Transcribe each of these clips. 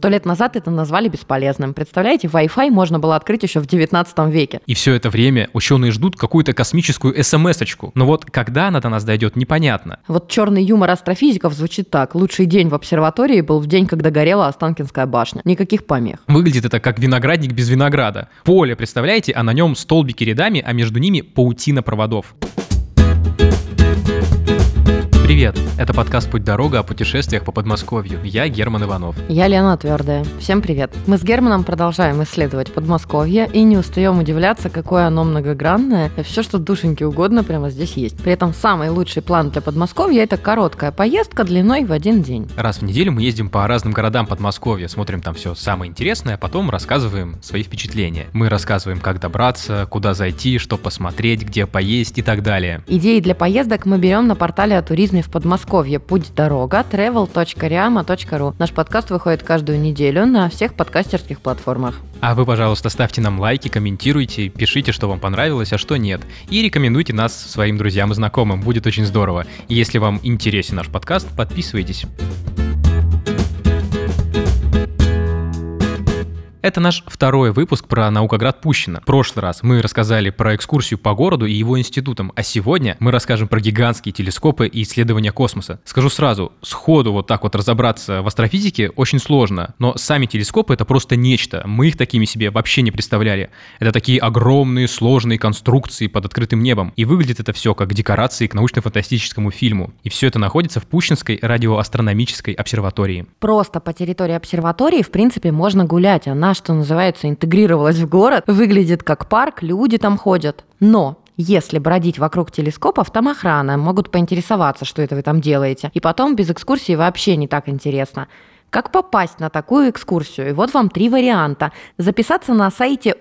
100 лет назад это назвали бесполезным. Представляете, Wi-Fi можно было открыть еще в 19 веке. И все это время ученые ждут какую-то космическую смс-очку. Но вот когда она до нас дойдет, непонятно. Вот черный юмор астрофизиков звучит так. Лучший день в обсерватории был в день, когда горела Останкинская башня. Никаких помех. Выглядит это как виноградник без винограда. Поле, представляете, а на нем столбики рядами, а между ними паутина проводов. Привет, это подкаст «Путь-дорога» о путешествиях по Подмосковью. Я Герман Иванов. Я Лена Твердая. Всем привет. Мы с Германом продолжаем исследовать Подмосковье и не устаем удивляться, какое оно многогранное. И все, что душеньке угодно, прямо здесь есть. При этом самый лучший план для Подмосковья – это короткая поездка длиной в один день. Раз в неделю мы ездим по разным городам Подмосковья, смотрим там все самое интересное, а потом рассказываем свои впечатления. Мы рассказываем, как добраться, куда зайти, что посмотреть, где поесть и так далее. Идеи для поездок мы берем на портале о туризме в Подмосковье «Путь-дорога» travel.riama.ru. Наш подкаст выходит каждую неделю на всех подкастерских платформах. А вы, пожалуйста, ставьте нам лайки, комментируйте, пишите, что вам понравилось, а что нет. И рекомендуйте нас своим друзьям и знакомым, будет очень здорово. И если вам интересен наш подкаст, подписывайтесь. Это наш второй выпуск про Наукоград Пущино. В прошлый раз мы рассказали про экскурсию по городу и его институтам, а сегодня мы расскажем про гигантские телескопы и исследования космоса. Скажу сразу, сходу вот так вот разобраться в астрофизике очень сложно, но сами телескопы — это просто нечто. Мы их такими себе вообще не представляли. Это такие огромные сложные конструкции под открытым небом. И выглядит это все как декорации к научно-фантастическому фильму. И все это находится в Пущинской радиоастрономической обсерватории. Просто по территории обсерватории, в принципе, можно гулять. Она, что называется, интегрировалась в город, выглядит как парк, люди там ходят. Но если бродить вокруг телескопов, там охрана, могут поинтересоваться, что это вы там делаете. И потом без экскурсии вообще не так интересно. Как попасть на такую экскурсию? И вот вам 3 варианта. Записаться на сайте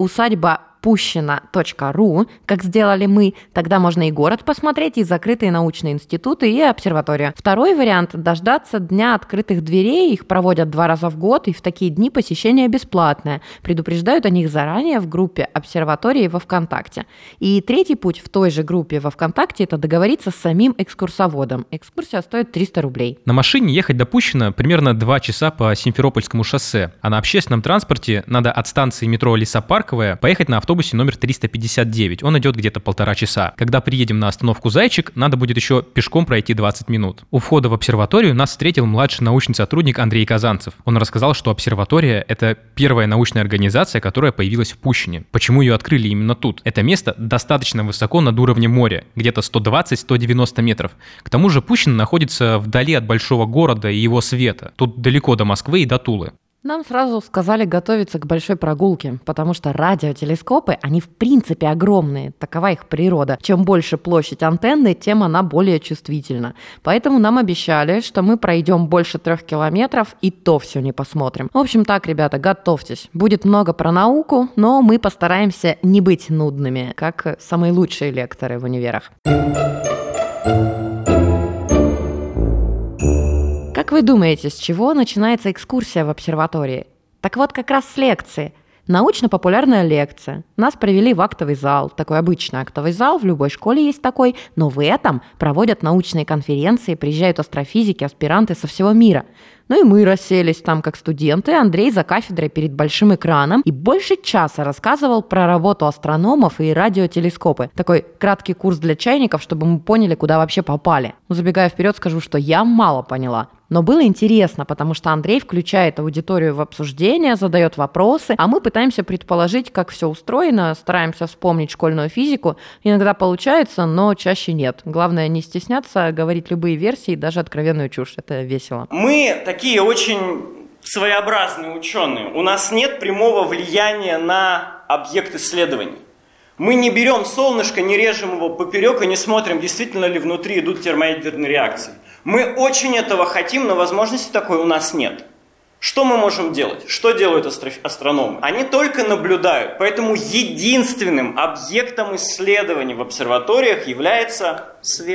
усадьба.пущино.ру, как сделали мы, тогда можно и город посмотреть, и закрытые научные институты, и обсерваторию. Второй вариант – дождаться дня открытых дверей, их проводят 2 раза в год, и в такие дни посещение бесплатное. Предупреждают о них заранее в группе обсерватории во ВКонтакте. И третий путь в той же группе во ВКонтакте – это договориться с самим экскурсоводом. Экскурсия стоит 300 рублей. На машине ехать до Пущино примерно 2 часа по Симферопольскому шоссе, а на общественном транспорте надо от станции метро Лесопарковая поехать на автобусе номер 359. Он идет где-то 1,5 часа. Когда приедем на остановку Зайчик, надо будет еще пешком пройти 20 минут. У входа в обсерваторию нас встретил младший научный сотрудник Андрей Казанцев. Он рассказал, что обсерватория — это первая научная организация, которая появилась в Пущине. Почему ее открыли именно тут? Это место достаточно высоко над уровнем моря, где-то 120-190 метров. К тому же Пущино находится вдали от большого города и его света. Тут далеко до Москвы и до Тулы. Нам сразу сказали готовиться к большой прогулке, потому что радиотелескопы, они в принципе огромные, такова их природа. Чем больше площадь антенны, тем она более чувствительна. Поэтому нам обещали, что мы пройдем больше 3 километров, и то все не посмотрим. В общем так, ребята, готовьтесь. Будет много про науку, но мы постараемся не быть нудными, как самые лучшие лекторы в универах. Как вы думаете, с чего начинается экскурсия в обсерватории? Так вот, как раз с лекции. Научно-популярная лекция. Нас привели в актовый зал. Такой обычный актовый зал, в любой школе есть такой. Но в этом проводят научные конференции, приезжают астрофизики, аспиранты со всего мира. Ну и мы расселись там как студенты. Андрей за кафедрой перед большим экраном и больше часа рассказывал про работу астрономов и радиотелескопы. Такой краткий курс для чайников, чтобы мы поняли, куда вообще попали. Но забегая вперед, скажу, что я мало поняла. Но было интересно, потому что Андрей включает аудиторию в обсуждение, задает вопросы, а мы пытаемся предположить, как все устроено, стараемся вспомнить школьную физику. Иногда получается, но чаще нет. Главное не стесняться, говорить любые версии, даже откровенную чушь. Это весело. Мы такие очень своеобразные ученые. У нас нет прямого влияния на объект исследований. Мы не берем солнышко, не режем его поперек и не смотрим, действительно ли внутри идут термоядерные реакции. Мы очень этого хотим, но возможности такой у нас нет. Что мы можем делать? Что делают астрономы? Они только наблюдают. Поэтому единственным объектом исследований в обсерваториях является свет.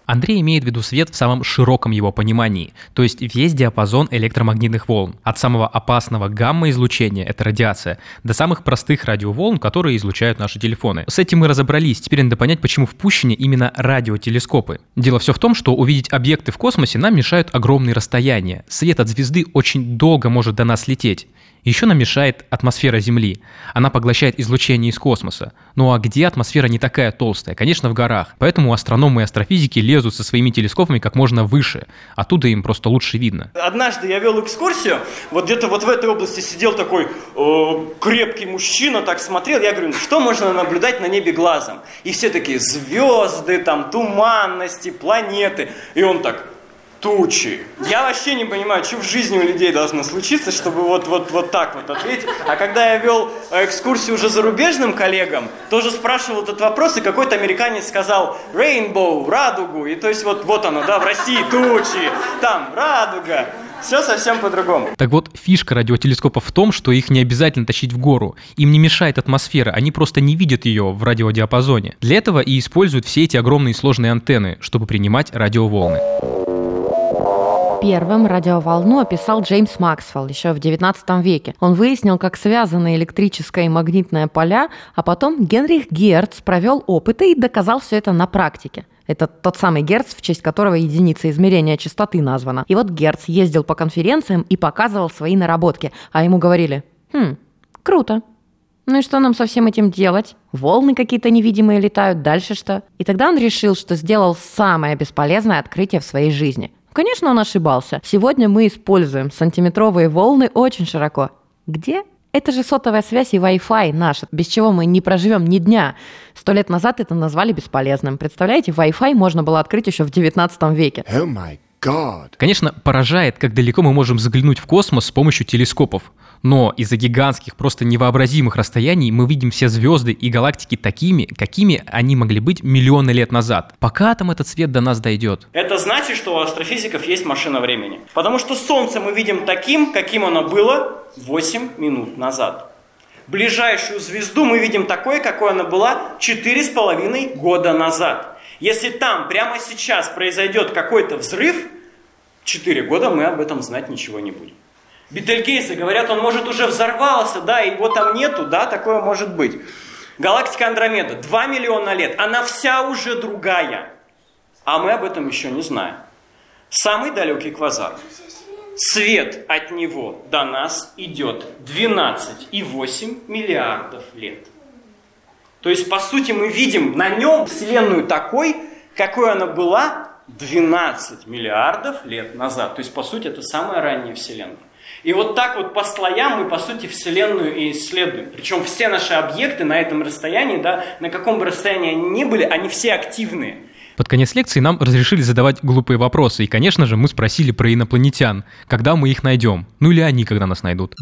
Андрей имеет в виду свет в самом широком его понимании, то есть весь диапазон электромагнитных волн, от самого опасного гамма-излучения, это радиация, до самых простых радиоволн, которые излучают наши телефоны. С этим мы разобрались, теперь надо понять, почему в Пущине именно радиотелескопы. Дело все в том, что увидеть объекты в космосе нам мешают огромные расстояния. Свет от звезды очень долго может до нас лететь. Еще нам мешает атмосфера Земли. Она поглощает излучение из космоса. Ну а где атмосфера не такая толстая? Конечно, в горах. Поэтому астрономы и астрофизики лезут со своими телескопами как можно выше. Оттуда им просто лучше видно. Однажды я вел экскурсию, вот где-то вот в этой области сидел такой крепкий мужчина, так смотрел. Я говорю, что можно наблюдать на небе глазом? И все такие звезды, там туманности, планеты. И он так... Тучи. Я вообще не понимаю, что в жизни у людей должно случиться, чтобы вот так вот ответить. А когда я вел экскурсию уже зарубежным коллегам, тоже спрашивал этот вопрос, и какой-то американец сказал rainbow, радугу. И то есть вот оно, да, в России тучи, там радуга. Все совсем по-другому. Так вот, фишка радиотелескопов в том, что их не обязательно тащить в гору. Им не мешает атмосфера, они просто не видят ее в радиодиапазоне. Для этого и используют все эти огромные сложные антенны, чтобы принимать радиоволны. Первым радиоволну описал Джеймс Максвелл еще в XIX веке. Он выяснил, как связаны электрическое и магнитное поля, а потом Генрих Герц провел опыты и доказал все это на практике. Это тот самый Герц, в честь которого единица измерения частоты названа. И вот Герц ездил по конференциям и показывал свои наработки, а ему говорили: круто. Ну и что нам со всем этим делать? Волны какие-то невидимые летают, дальше что? И тогда он решил, что сделал самое бесполезное открытие в своей жизни. Конечно, он ошибался. Сегодня мы используем сантиметровые волны очень широко. Где? Это же сотовая связь и Wi-Fi наша, без чего мы не проживем ни дня. 100 лет назад это назвали бесполезным. Представляете, Wi-Fi можно было открыть еще в 19 веке. Oh my God. Конечно, поражает, как далеко мы можем заглянуть в космос с помощью телескопов. Но из-за гигантских, просто невообразимых расстояний мы видим все звезды и галактики такими, какими они могли быть миллионы лет назад. Пока там этот свет до нас дойдет. Это значит, что у астрофизиков есть машина времени. Потому что Солнце мы видим таким, каким оно было 8 минут назад. Ближайшую звезду мы видим такой, какой она была 4,5 года назад. Если там прямо сейчас произойдет какой-то взрыв, 4 года мы об этом знать ничего не будем. Бетельгейзе, говорят, он может уже взорвался, да, его там нету, да, такое может быть. Галактика Андромеда, 2 миллиона лет, она вся уже другая, а мы об этом еще не знаем. Самый далекий квазар. Свет от него до нас идет 12,8 миллиардов лет. То есть, по сути, мы видим на нем Вселенную такой, какой она была 12 миллиардов лет назад. То есть, по сути, это самая ранняя Вселенная. И вот так вот по слоям мы, по сути, Вселенную и исследуем. Причем все наши объекты на этом расстоянии, да, на каком бы расстоянии они ни были, они все активные. Под конец лекции нам разрешили задавать глупые вопросы. И, конечно же, мы спросили про инопланетян. Когда мы их найдем? Ну или они, когда нас найдут.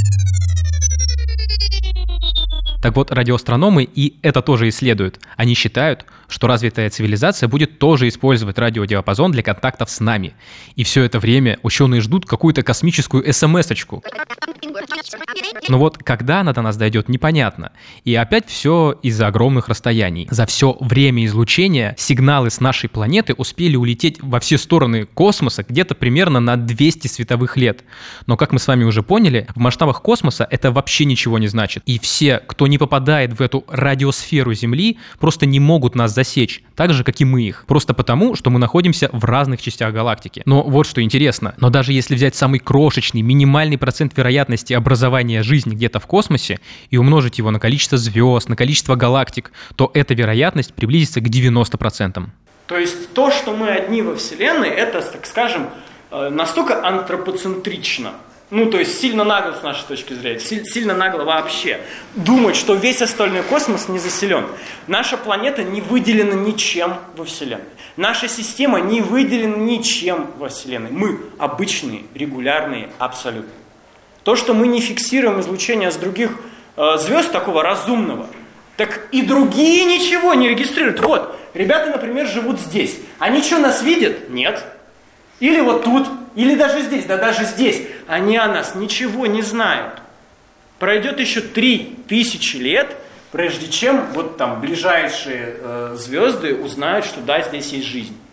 Так вот, радиоастрономы и это тоже исследуют. Они считают, что развитая цивилизация будет тоже использовать радиодиапазон для контактов с нами. И все это время ученые ждут какую-то космическую смс-очку. Но вот когда она до нас дойдет, непонятно. И опять все из-за огромных расстояний. За все время излучения сигналы с нашей планеты успели улететь во все стороны космоса где-то примерно на 200 световых лет. Но, как мы с вами уже поняли, в масштабах космоса это вообще ничего не значит. И все, кто не попадает в эту радиосферу Земли, просто не могут нас засечь, так же, как и мы их. Просто потому, что мы находимся в разных частях галактики. Но вот что интересно. Но даже если взять самый крошечный, минимальный процент вероятности образования жизни где-то в космосе и умножить его на количество звезд, на количество галактик, то эта вероятность приблизится к 90%. То есть то, что мы одни во Вселенной, это, так скажем, настолько антропоцентрично. Ну, то есть сильно нагло с нашей точки зрения, сильно нагло вообще. Думать, что весь остальной космос не заселен. Наша планета не выделена ничем во Вселенной. Наша система не выделена ничем во Вселенной. Мы обычные, регулярные, абсолютно. То, что мы не фиксируем излучение с других звезд такого разумного, так и другие ничего не регистрируют. Вот, ребята, например, живут здесь. Они что, нас видят? Нет. Или вот тут, или даже здесь, да даже здесь. Они о нас ничего не знают. Пройдет еще 3000 лет, прежде чем вот там ближайшие звезды узнают, что да, здесь есть жизнь.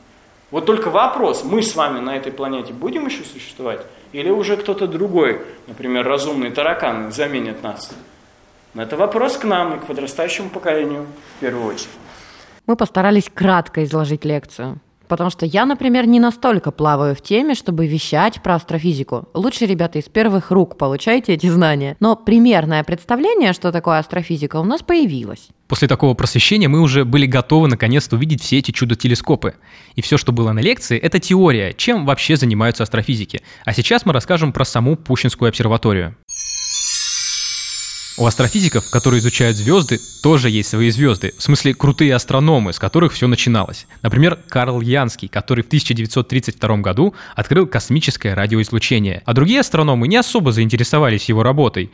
Вот только вопрос, мы с вами на этой планете будем еще существовать? Или уже кто-то другой, например, разумные тараканы, заменят нас? Это вопрос к нам и к подрастающему поколению в первую очередь. Мы постарались кратко изложить лекцию. Потому что я, например, не настолько плаваю в теме, чтобы вещать про астрофизику. Лучше, ребята, из первых рук получайте эти знания. Но примерное представление, что такое астрофизика, у нас появилось. После такого просвещения мы уже были готовы наконец-то увидеть все эти чудо-телескопы. И все, что было на лекции, это теория, чем вообще занимаются астрофизики. А сейчас мы расскажем про саму Пущинскую обсерваторию. У астрофизиков, которые изучают звезды, тоже есть свои звезды, в смысле крутые астрономы, с которых все начиналось. Например, Карл Янский, который в 1932 году открыл космическое радиоизлучение. А другие астрономы не особо заинтересовались его работой.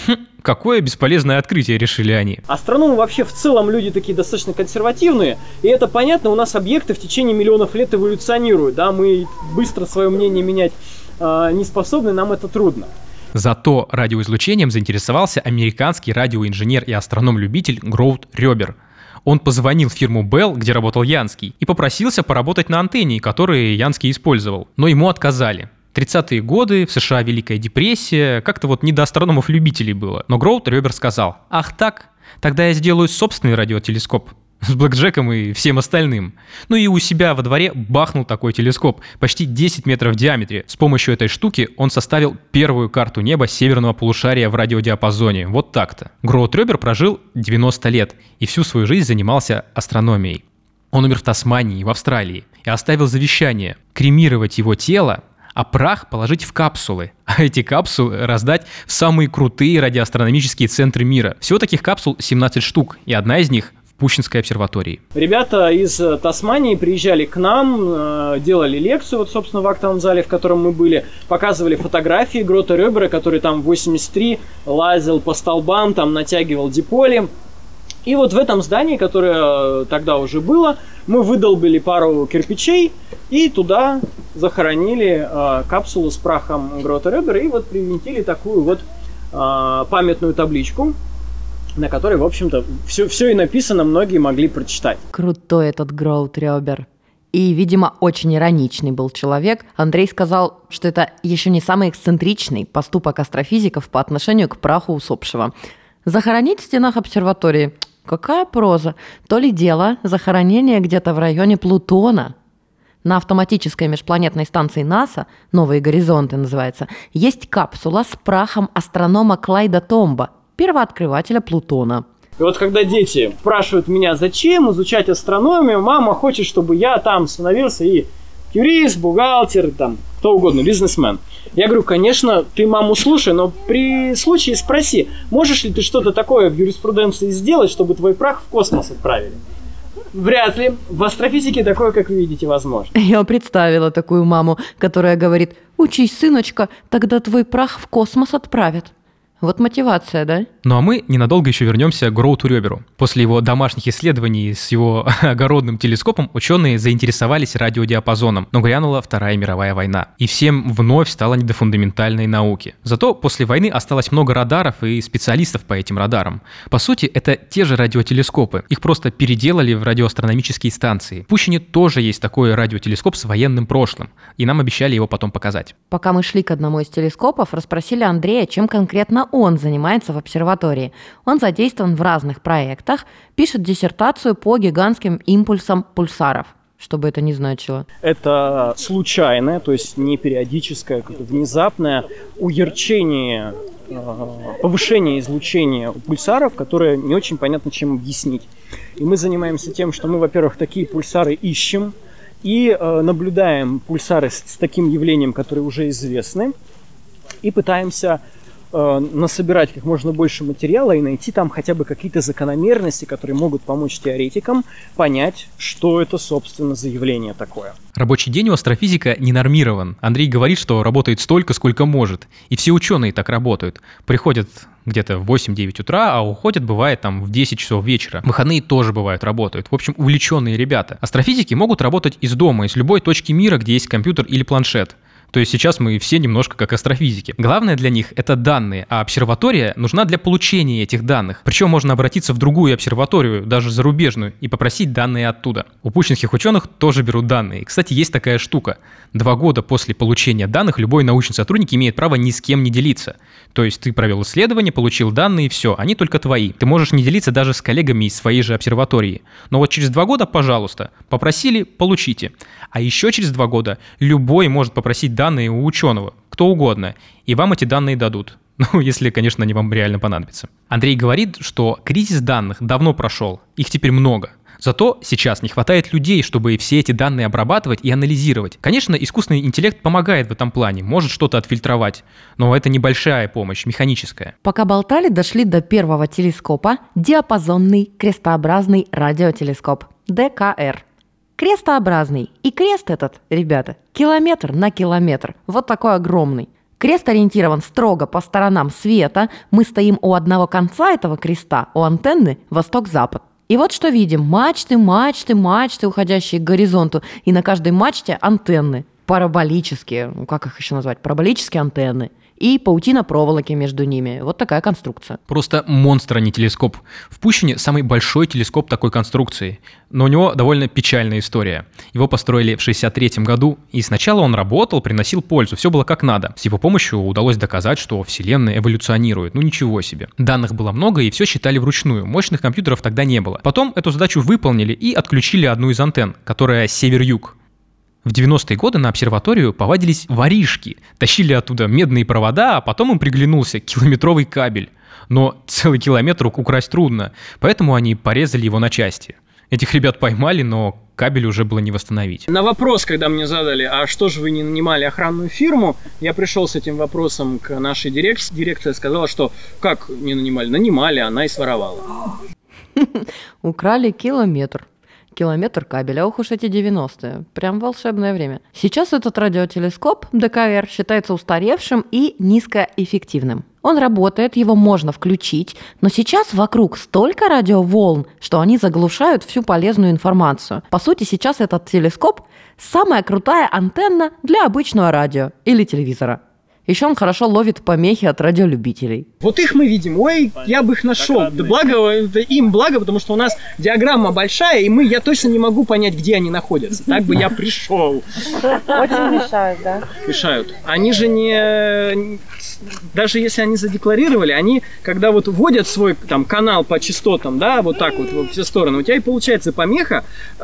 Какое бесполезное открытие, решили они. Астрономы вообще в целом люди такие достаточно консервативные, и это понятно, у нас объекты в течение миллионов лет эволюционируют, да, мы быстро свое мнение менять не способны, нам это трудно. Зато радиоизлучением заинтересовался американский радиоинженер и астроном-любитель Гроут Рёбер. Он позвонил в фирму Bell, где работал Янский, и попросился поработать на антенне, которую Янский использовал. Но ему отказали. 30-е годы, в США Великая депрессия, как-то вот не до астрономов-любителей было. Но Гроут Рёбер сказал: «Ах так, тогда я сделаю собственный радиотелескоп». С блэкджеком и всем остальным. Ну и у себя во дворе бахнул такой телескоп, почти 10 метров в диаметре. С помощью этой штуки он составил первую карту неба северного полушария в радиодиапазоне. Вот так-то. Гроут Рёбер прожил 90 лет и всю свою жизнь занимался астрономией. Он умер в Тасмании, в Австралии, и оставил завещание кремировать его тело, а прах положить в капсулы, а эти капсулы раздать в самые крутые радиоастрономические центры мира. Всего таких капсул 17 штук, и одна из них в Пущинской обсерватории. Ребята из Тасмании приезжали к нам, делали лекцию, вот, собственно, в актовом зале, в котором мы были, показывали фотографии Гроута Рёбера, который там в 83 лазил по столбам, там натягивал диполи. И вот в этом здании, которое тогда уже было, мы выдолбили пару кирпичей и туда захоронили капсулу с прахом Гроута Рёбера и вот привинтили такую вот памятную табличку, на которой, в общем-то, все и написано, многие могли прочитать. Крутой этот Гроут Рёбер. И, видимо, очень ироничный был человек. Андрей сказал, что это еще не самый эксцентричный поступок астрофизиков по отношению к праху усопшего. Захоронить в стенах обсерватории – какая проза. То ли дело захоронение где-то в районе Плутона. На автоматической межпланетной станции НАСА, «Новые горизонты» называется, есть капсула с прахом астронома Клайда Томба, первооткрывателя Плутона. И вот когда дети спрашивают меня, зачем изучать астрономию, мама хочет, чтобы я там становился и юрист, бухгалтер, там, кто угодно, бизнесмен. Я говорю, конечно, ты маму слушай, но при случае спроси, можешь ли ты что-то такое в юриспруденции сделать, чтобы твой прах в космос отправили? Вряд ли. В астрофизике такое, как вы видите, возможно. Я представила такую маму, которая говорит, учись, сыночка, тогда твой прах в космос отправят. Вот мотивация, да? Ну а мы ненадолго еще вернемся к Гроуту Рёберу. После его домашних исследований с его огородным телескопом ученые заинтересовались радиодиапазоном, но грянула Вторая мировая война. И всем вновь стало не до фундаментальной науки. Зато после войны осталось много радаров и специалистов по этим радарам. По сути, это те же радиотелескопы. Их просто переделали в радиоастрономические станции. В Пущине тоже есть такой радиотелескоп с военным прошлым. И нам обещали его потом показать. Пока мы шли к одному из телескопов, расспросили Андрея, чем конкретно он занимается в обсерватории. Он задействован в разных проектах, пишет диссертацию по гигантским импульсам пульсаров. Что бы это ни значило. Это случайное, то есть не периодическое, какое-то внезапное уярчение, повышение излучения у пульсаров, которое не очень понятно, чем объяснить. И мы занимаемся тем, что мы, во-первых, такие пульсары ищем и наблюдаем пульсары с таким явлением, которые уже известны, и пытаемся насобирать как можно больше материала и найти там хотя бы какие-то закономерности, которые могут помочь теоретикам понять, что это, собственно, за явление такое. Рабочий день у астрофизика не нормирован. Андрей говорит, что работает столько, сколько может. И все ученые так работают. Приходят где-то в 8-9 утра, а уходят, бывает, там в 10 часов вечера. Выходные тоже бывают, работают. В общем, увлеченные ребята. Астрофизики могут работать из дома, из любой точки мира, где есть компьютер или планшет. То есть сейчас мы все немножко как астрофизики. Главное для них — это данные, а обсерватория нужна для получения этих данных. Причем можно обратиться в другую обсерваторию, даже зарубежную, и попросить данные оттуда. У пущинских ученых тоже берут данные. Кстати, есть такая штука. 2 года после получения данных любой научный сотрудник имеет право ни с кем не делиться. То есть ты провел исследование, получил данные, и все, они только твои. Ты можешь не делиться даже с коллегами из своей же обсерватории. Но вот через 2 года, пожалуйста, попросили, получите. А еще через 2 года любой может попросить данные у ученого, кто угодно, и вам эти данные дадут. Ну, если, конечно, они вам реально понадобятся. Андрей говорит, что кризис данных давно прошел, их теперь много. Зато сейчас не хватает людей, чтобы все эти данные обрабатывать и анализировать. Конечно, искусственный интеллект помогает в этом плане, может что-то отфильтровать, но это небольшая помощь, механическая. Пока болтали, дошли до первого телескопа – диапазонный крестообразный радиотелескоп – ДКР. Крестообразный. И крест этот, ребята, километр на километр. Вот такой огромный. Крест ориентирован строго по сторонам света. Мы стоим у одного конца этого креста, у антенны восток-запад. И вот что видим. Мачты, уходящие к горизонту. И на каждой мачте антенны. Параболические, как их еще назвать? Параболические антенны. И паутина проволоки между ними. Вот такая конструкция. Просто монстр, а не телескоп. В Пущине самый большой телескоп такой конструкции. Но у него довольно печальная история. Его построили в 1963 году, и сначала он работал, приносил пользу, все было как надо. С его помощью удалось доказать, что Вселенная эволюционирует. Ну ничего себе. Данных было много, и все считали вручную. Мощных компьютеров тогда не было. Потом эту задачу выполнили и отключили одну из антенн, которая север-юг. В 90-е годы на обсерваторию повадились воришки, тащили оттуда медные провода, а потом им приглянулся километровый кабель. Но целый километр украсть трудно, поэтому они порезали его на части. Этих ребят поймали, но кабель уже было не восстановить. На вопрос, когда мне задали, а что же вы не нанимали охранную фирму, я пришел с этим вопросом к нашей дирекции. Дирекция сказала, что как не нанимали? Нанимали, она и своровала. Украли километр кабеля. Ох уж эти 90-е. Прям волшебное время. Сейчас этот радиотелескоп ДКР считается устаревшим и низкоэффективным. Он работает, его можно включить, но сейчас вокруг столько радиоволн, что они заглушают всю полезную информацию. По сути, сейчас этот телескоп – самая крутая антенна для обычного радио или телевизора. Еще он хорошо ловит помехи от радиолюбителей. Вот их мы видим. Ой, я бы их нашел. Да благо, потому что у нас диаграмма большая, и я точно не могу понять, где они находятся. Так бы я пришел. Очень мешают, да? Мешают. Они же не... Даже если они задекларировали, они, когда вот вводят свой там канал по частотам, да, вот так вот во все стороны, у тебя и получается помеха,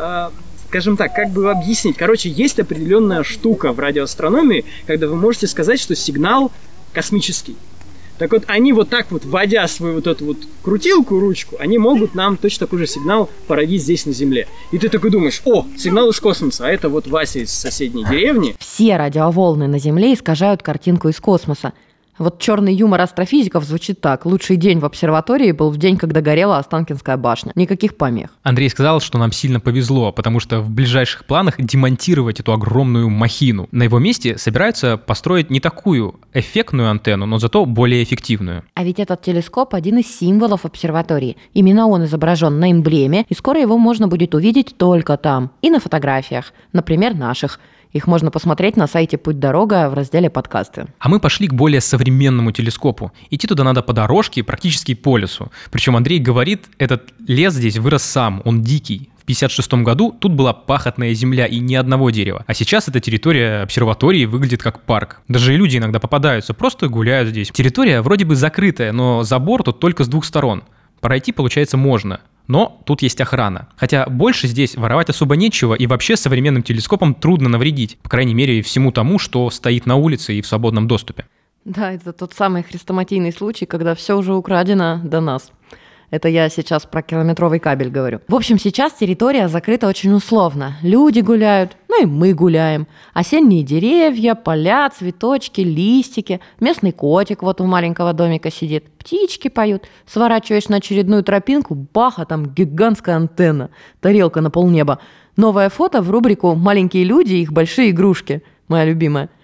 скажем так, как бы объяснить? Короче, есть определенная штука в радиоастрономии, когда вы можете сказать, что сигнал космический. Так вот, они вот так вот, вводя свою вот эту вот крутилку, ручку, они могут нам точно такой же сигнал породить здесь на Земле. И ты такой думаешь, о, сигнал из космоса, а это вот Вася из соседней деревни. Все радиоволны на Земле искажают картинку из космоса. Вот черный юмор астрофизиков звучит так. Лучший день в обсерватории был в день, когда горела Останкинская башня. Никаких помех. Андрей сказал, что нам сильно повезло, потому что в ближайших планах демонтировать эту огромную махину. На его месте собираются построить не такую эффектную антенну, но зато более эффективную. А ведь этот телескоп – один из символов обсерватории. Именно он изображен на эмблеме, и скоро его можно будет увидеть только там. И на фотографиях, например, наших. Их можно посмотреть на сайте «Путь дорога» в разделе «Подкасты». А мы пошли к более современному телескопу. Идти туда надо по дорожке, практически по лесу. Причем Андрей говорит, этот лес здесь вырос сам, он дикий. В 1956 году тут была пахотная земля и ни одного дерева. А сейчас эта территория обсерватории выглядит как парк. Даже и люди иногда попадаются, просто гуляют здесь. Территория вроде бы закрытая, но забор тут только с 2 сторон. Пройти, получается, можно. Но тут есть охрана. Хотя больше здесь воровать особо нечего, и вообще современным телескопом трудно навредить. По крайней мере, всему тому, что стоит на улице и в свободном доступе. Да, это тот самый хрестоматийный случай, когда все уже украдено до нас. Это я сейчас про километровый кабель говорю. В общем, сейчас территория закрыта очень условно. Люди гуляют, ну и мы гуляем. Осенние деревья, поля, цветочки, листики. Местный котик вот у маленького домика сидит. Птички поют. Сворачиваешь на очередную тропинку, бах, а там гигантская антенна. Тарелка на полнеба. Новое фото в рубрику «Маленькие люди и их большие игрушки». Моя любимая.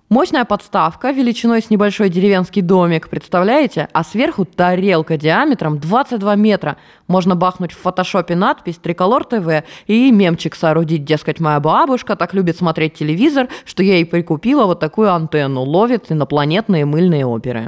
Мощная подставка величиной с небольшой деревенский домик, представляете? А сверху тарелка диаметром 22 метра. Можно бахнуть в фотошопе надпись «Триколор ТВ» и мемчик соорудить, дескать, моя бабушка так любит смотреть телевизор, что я ей прикупила вот такую антенну, ловит инопланетные мыльные оперы.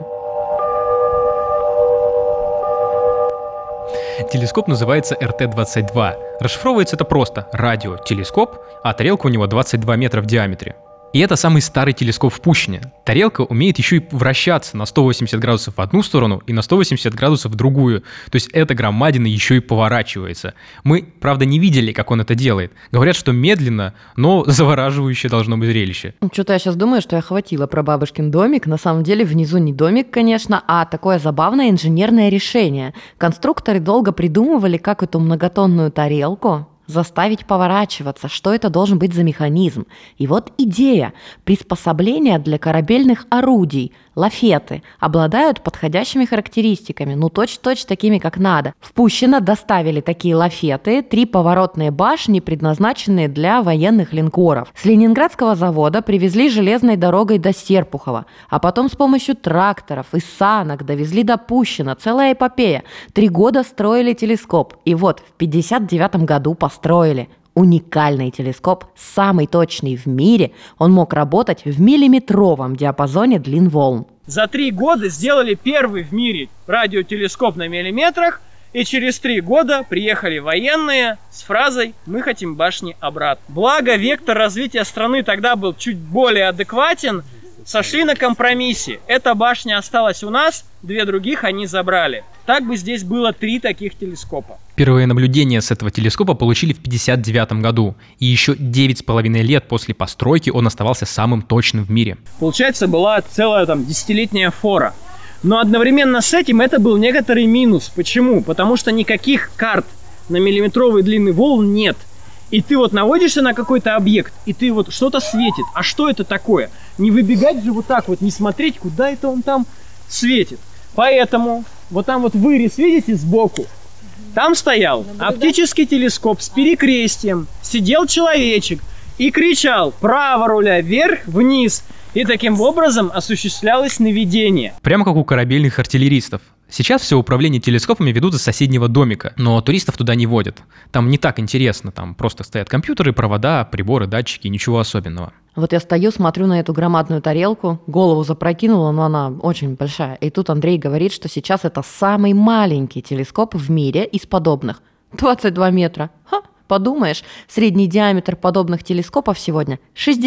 Телескоп называется РТ-22. Расшифровывается это просто – радиотелескоп, а тарелка у него 22 метра в диаметре. И это самый старый телескоп в Пущине. Тарелка умеет еще и вращаться на 180 градусов в одну сторону и на 180 градусов в другую. То есть эта громадина еще и поворачивается. Мы, правда, не видели, как он это делает. Говорят, что медленно, но завораживающее должно быть зрелище. Что-то я сейчас думаю, что я хватила про бабушкин домик. На самом деле внизу не домик, конечно, а такое забавное инженерное решение. Конструкторы долго придумывали, как эту многотонную тарелку заставить поворачиваться, что это должен быть за механизм. И вот идея. Приспособления для корабельных орудий, лафеты, обладают подходящими характеристиками, точь-в-точь такими, как надо. В Пущино доставили такие лафеты, 3 поворотные башни, предназначенные для военных линкоров. С Ленинградского завода привезли железной дорогой до Серпухова, а потом с помощью тракторов и санок довезли до Пущино. Целая эпопея. 3 года строили телескоп, и вот в 1959 году построили. Уникальный телескоп, самый точный в мире, он мог работать в миллиметровом диапазоне длин волн. За 3 года сделали первый в мире радиотелескоп на миллиметрах, и через 3 года приехали военные с фразой «Мы хотим башни обратно». Благо, вектор развития страны тогда был чуть более адекватен, сошли на компромиссе. Эта башня осталась у нас, 2 других они забрали. Так бы здесь было 3 таких телескопа. Первые наблюдения с этого телескопа получили в 1959 году, и еще 9,5 лет после постройки он оставался самым точным в мире. Получается, была целая десятилетняя фора. Но одновременно с этим это был некоторый минус. Почему? Потому что никаких карт на миллиметровые длины волн нет. И ты наводишься на какой-то объект, и ты что-то светит. А что это такое? Не выбегать же так не смотреть, куда это он там светит. Поэтому там вырез, видите, сбоку? Там стоял оптический телескоп с перекрестием, сидел человечек и кричал «право руля вверх, вниз». И таким образом осуществлялось наведение. Прямо как у корабельных артиллеристов. Сейчас все управление телескопами ведут из соседнего домика, но туристов туда не водят. Там не так интересно, там просто стоят компьютеры, провода, приборы, датчики, ничего особенного. Вот я стою, смотрю на эту громадную тарелку, голову запрокинула, но она очень большая. И тут Андрей говорит, что сейчас это самый маленький телескоп в мире из подобных. 22 метра. Подумаешь, средний диаметр подобных телескопов сегодня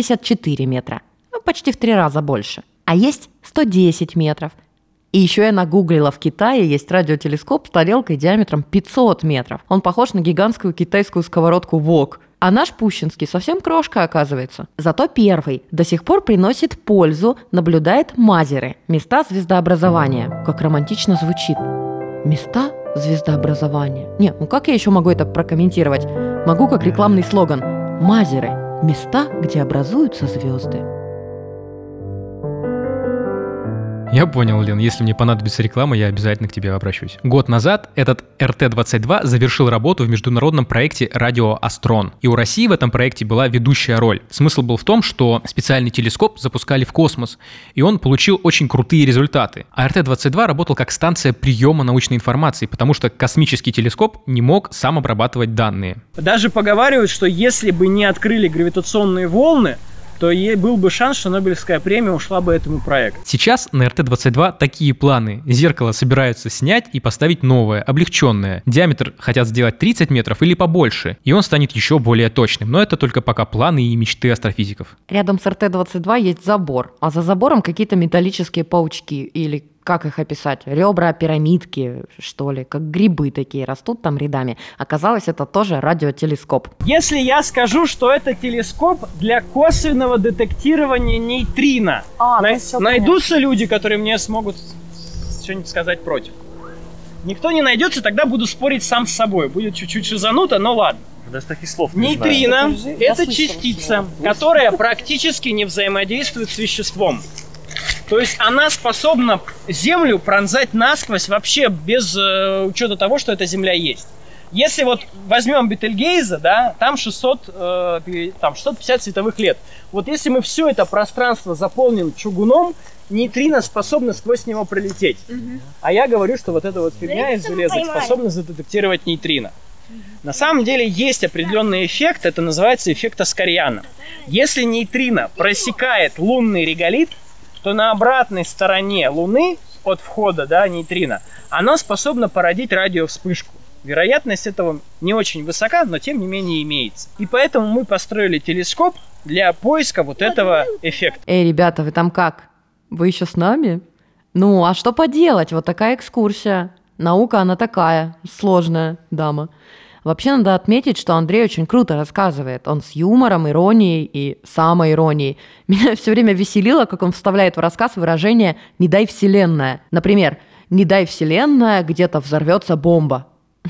64 метра. Почти в 3 раза больше. А есть 110 метров. И еще я нагуглила, в Китае есть радиотелескоп с тарелкой диаметром 500 метров. Он похож на гигантскую китайскую сковородку вок. А наш пущинский совсем крошка, оказывается. Зато первый до сих пор приносит пользу, наблюдает мазеры, места звездообразования. Как романтично звучит. Места звездообразования. Как я еще могу это прокомментировать? Могу как рекламный слоган. Мазеры. Места, где образуются звезды. Я понял, Лен, если мне понадобится реклама, я обязательно к тебе обращусь. Год назад этот РТ-22 завершил работу в международном проекте «Радио Астрон». И у России в этом проекте была ведущая роль. Смысл был в том, что специальный телескоп запускали в космос, и он получил очень крутые результаты. А РТ-22 работал как станция приема научной информации, потому что космический телескоп не мог сам обрабатывать данные. Даже поговаривают, что если бы не открыли гравитационные волны, то был бы шанс, что Нобелевская премия ушла бы этому проекту. Сейчас на РТ-22 такие планы. Зеркало собираются снять и поставить новое, облегченное. Диаметр хотят сделать 30 метров или побольше, и он станет еще более точным. Но это только пока планы и мечты астрофизиков. Рядом с РТ-22 есть забор, а за забором какие-то металлические паучки или... Как их описать? Ребра, пирамидки, что ли, как грибы такие растут там рядами. Оказалось, это тоже радиотелескоп. Если я скажу, что это телескоп для косвенного детектирования нейтрино, найдутся люди, которые мне смогут что-нибудь сказать против. Никто не найдется, тогда буду спорить сам с собой. Будет чуть-чуть шизануто, но ладно. Даже таких слов не нейтрино – это частица, которая практически не взаимодействует с веществом. То есть она способна Землю пронзать насквозь вообще без учета того, что эта Земля есть. Если вот возьмем Бетельгейзе, да, там 650 световых лет. Вот если мы все это пространство заполним чугуном, нейтрино способны сквозь него пролететь. А я говорю, что вот эта вот фигня из железа способна задетектировать нейтрино. На самом деле есть определенный эффект, это называется эффект Аскарьяна. Если нейтрино просекает лунный реголит, то на обратной стороне Луны от входа, да, нейтрино, оно способно породить радиовспышку. Вероятность этого не очень высока, но тем не менее имеется. И поэтому мы построили телескоп для поиска вот этого эффекта. Эй, ребята, вы там как? Вы еще с нами? Ну, а что поделать? Вот такая экскурсия. Наука, она такая, сложная дама. Вообще надо отметить, что Андрей очень круто рассказывает. Он с юмором, иронией и самоиронией. Меня все время веселило, как он вставляет в рассказ выражение «не дай вселенная». Например, «не дай вселенная, где-то взорвется бомба».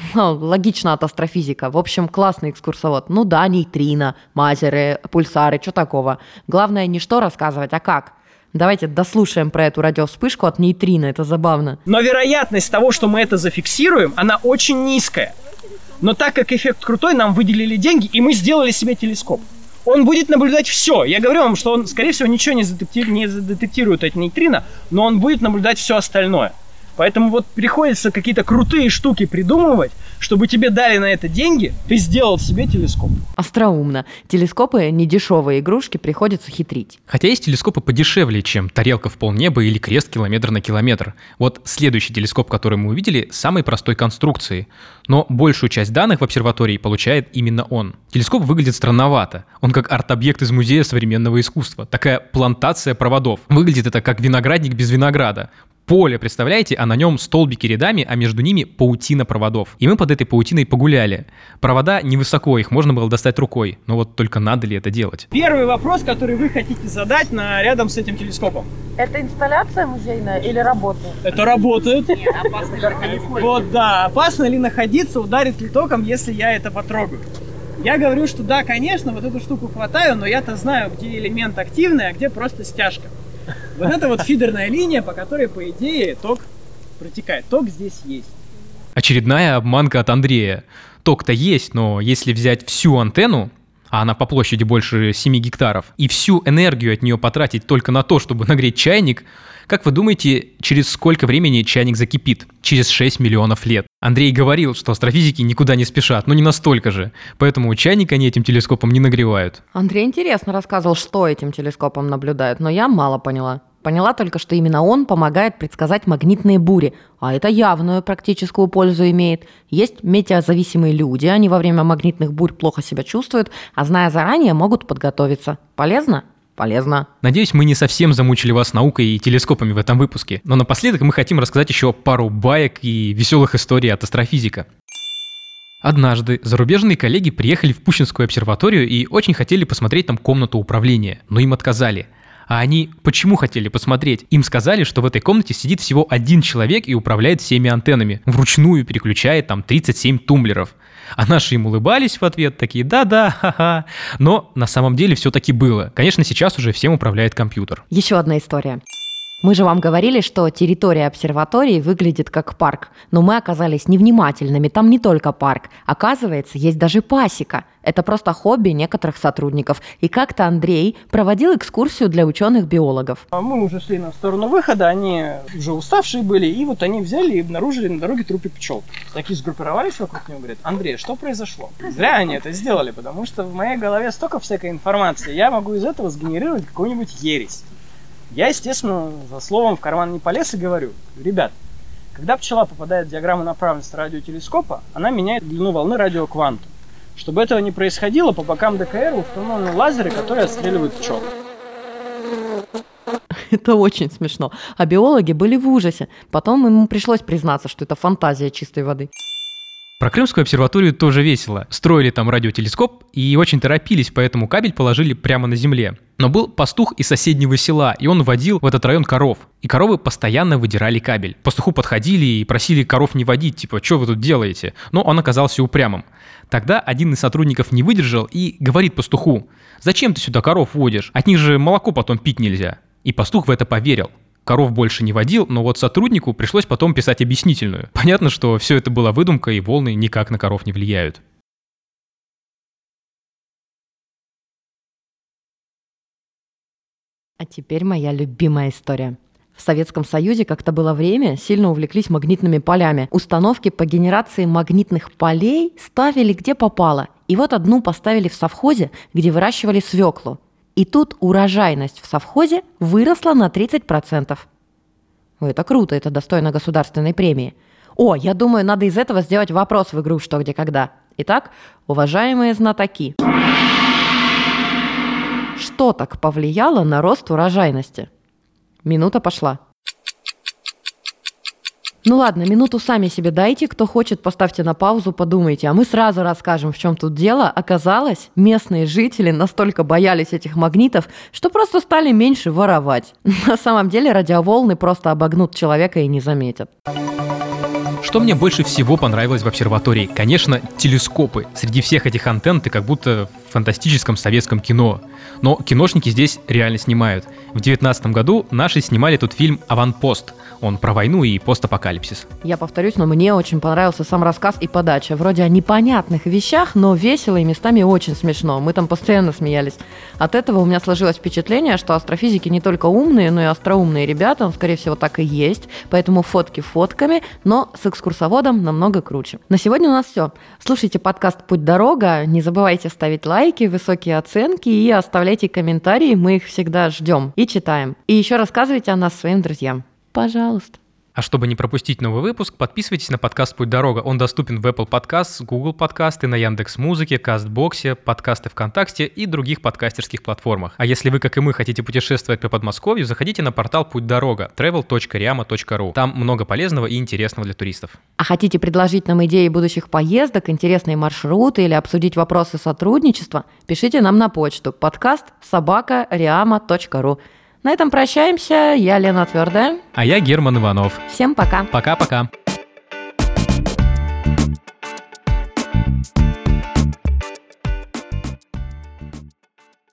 Логично от астрофизика. В общем, классный экскурсовод. Ну да, нейтрино, мазеры, пульсары, что такого. Главное не что рассказывать, а как. Давайте дослушаем про эту радиовспышку от нейтрино, это забавно. Но вероятность того, что мы это зафиксируем, она очень низкая. Но так как эффект крутой, нам выделили деньги, и мы сделали себе телескоп. Он будет наблюдать все. Я говорю вам, что он, скорее всего, ничего не задетектирует от нейтрино, но он будет наблюдать все остальное. Поэтому вот приходится какие-то крутые штуки придумывать, чтобы тебе дали на это деньги, ты сделал себе телескоп. Остроумно. Телескопы не дешевые игрушки, приходится хитрить. Хотя есть телескопы подешевле, чем тарелка в полнеба или крест километр на километр. Вот следующий телескоп, который мы увидели, самой простой конструкции. Но большую часть данных в обсерватории получает именно он. Телескоп выглядит странновато. Он как арт-объект из музея современного искусства. Такая плантация проводов. Выглядит это как виноградник без винограда. Поле, представляете, а на нем столбики рядами, а между ними паутина проводов. И мы под этой паутиной погуляли. Провода невысоко, их можно было достать рукой. Но вот только надо ли это делать? Первый вопрос, который вы хотите задать рядом с этим телескопом. Это инсталляция музейная или работа? Это работает. Вот да, опасно ли находиться, ударит ли током, если я это потрогаю? Я говорю, что да, конечно, вот эту штуку хватаю, но я-то знаю, где элемент активный, а где просто стяжка. Вот это вот фидерная линия, по которой, по идее, ток протекает. Ток здесь есть. Очередная обманка от Андрея. Ток-то есть, но если взять всю антенну, а она по площади больше 7 гектаров, и всю энергию от нее потратить только на то, чтобы нагреть чайник, как вы думаете, через сколько времени чайник закипит? Через 6 миллионов лет. Андрей говорил, что астрофизики никуда не спешат, но не настолько же. Поэтому чайник они этим телескопом не нагревают. Андрей интересно рассказывал, что этим телескопом наблюдают, но я мало поняла. Поняла только, что именно он помогает предсказать магнитные бури, а это явную практическую пользу имеет. Есть метеозависимые люди, они во время магнитных бурь плохо себя чувствуют, а зная заранее, могут подготовиться. Полезно? Полезно. Надеюсь, мы не совсем замучили вас наукой и телескопами в этом выпуске, но напоследок мы хотим рассказать еще пару баек и веселых историй от астрофизика. Однажды зарубежные коллеги приехали в Пущинскую обсерваторию и очень хотели посмотреть там комнату управления, но им отказали. А они почему хотели посмотреть? Им сказали, что в этой комнате сидит всего один человек и управляет всеми антеннами. Вручную переключает там 37 тумблеров. А наши им улыбались в ответ, такие «да-да, ха-ха». Но на самом деле все таки было. Конечно, сейчас уже всем управляет компьютер. Еще одна история. Мы же вам говорили, что территория обсерватории выглядит как парк, но мы оказались невнимательными, там не только парк. Оказывается, есть даже пасека. Это просто хобби некоторых сотрудников. И как-то Андрей проводил экскурсию для ученых-биологов. Мы уже шли на сторону выхода, они уже уставшие были, и вот они взяли и обнаружили на дороге трупы пчел. Такие сгруппировались вокруг него, говорят: Андрей, что произошло? Зря они это сделали, потому что в моей голове столько всякой информации, я могу из этого сгенерировать какую-нибудь ересь. Я, естественно, за словом в карман не полез и говорю: ребят, когда пчела попадает в диаграмму направленности радиотелескопа, она меняет длину волны радиоквантум. Чтобы этого не происходило, по бокам ДКР установлены лазеры, которые отстреливают пчел. Это очень смешно. А биологи были в ужасе. Потом ему пришлось признаться, что это фантазия чистой воды. Про Крымскую обсерваторию тоже весело. Строили там радиотелескоп и очень торопились, поэтому кабель положили прямо на земле. Но был пастух из соседнего села, и он водил в этот район коров. И коровы постоянно выдирали кабель. Пастуху подходили и просили коров не водить, типа, что вы тут делаете? Но он оказался упрямым. Тогда один из сотрудников не выдержал и говорит пастуху: «Зачем ты сюда коров водишь? От них же молоко потом пить нельзя». И пастух в это поверил. коров больше не водил, но вот сотруднику пришлось потом писать объяснительную. Понятно, что все это была выдумка, и волны никак на коров не влияют. А теперь моя любимая история. В Советском Союзе как-то было время, сильно увлеклись магнитными полями. Установки по генерации магнитных полей ставили где попало. И вот одну поставили в совхозе, где выращивали свеклу. И тут урожайность в совхозе выросла на 30%. Ой, это круто, это достойно государственной премии. О, я думаю, надо из этого сделать вопрос в игру «Что, где, когда». Итак, уважаемые знатоки, что так повлияло на рост урожайности? Минута пошла. Ну ладно, минуту сами себе дайте, кто хочет, поставьте на паузу, подумайте, а мы сразу расскажем, в чем тут дело. Оказалось, местные жители настолько боялись этих магнитов, что просто стали меньше воровать. На самом деле радиоволны просто обогнут человека и не заметят. Что мне больше всего понравилось в обсерватории? Конечно, телескопы. Среди всех этих антенн ты как будто в фантастическом советском кино. Но киношники здесь реально снимают. В 2019 году наши снимали тут фильм «Аванпост». Он про войну и постапокалипсис. Я повторюсь, но мне очень понравился сам рассказ и подача. Вроде о непонятных вещах, но весело и местами очень смешно. Мы там постоянно смеялись. От этого у меня сложилось впечатление, что астрофизики не только умные, но и остроумные ребята. Скорее всего, так и есть. Поэтому фотки фотками, но с экскурсоводом намного круче. На сегодня у нас все. Слушайте подкаст «Путь-дорога». Не забывайте ставить лайки, высокие оценки и оставляйте комментарии. Мы их всегда ждем и читаем. И еще рассказывайте о нас своим друзьям. Пожалуйста. А чтобы не пропустить новый выпуск, подписывайтесь на подкаст «Путь-дорога». Он доступен в Apple Podcasts, Google Подкасты, на Яндекс.Музыке, Кастбоксе, подкасты ВКонтакте и других подкастерских платформах. А если вы, как и мы, хотите путешествовать по Подмосковью, заходите на портал «Путь-дорога» travel.riama.ru. Там много полезного и интересного для туристов. А хотите предложить нам идеи будущих поездок, интересные маршруты или обсудить вопросы сотрудничества, пишите нам на почту podcast@riama.ru. На этом прощаемся. Я Лена Твердая. А я Герман Иванов. Всем пока. Пока-пока.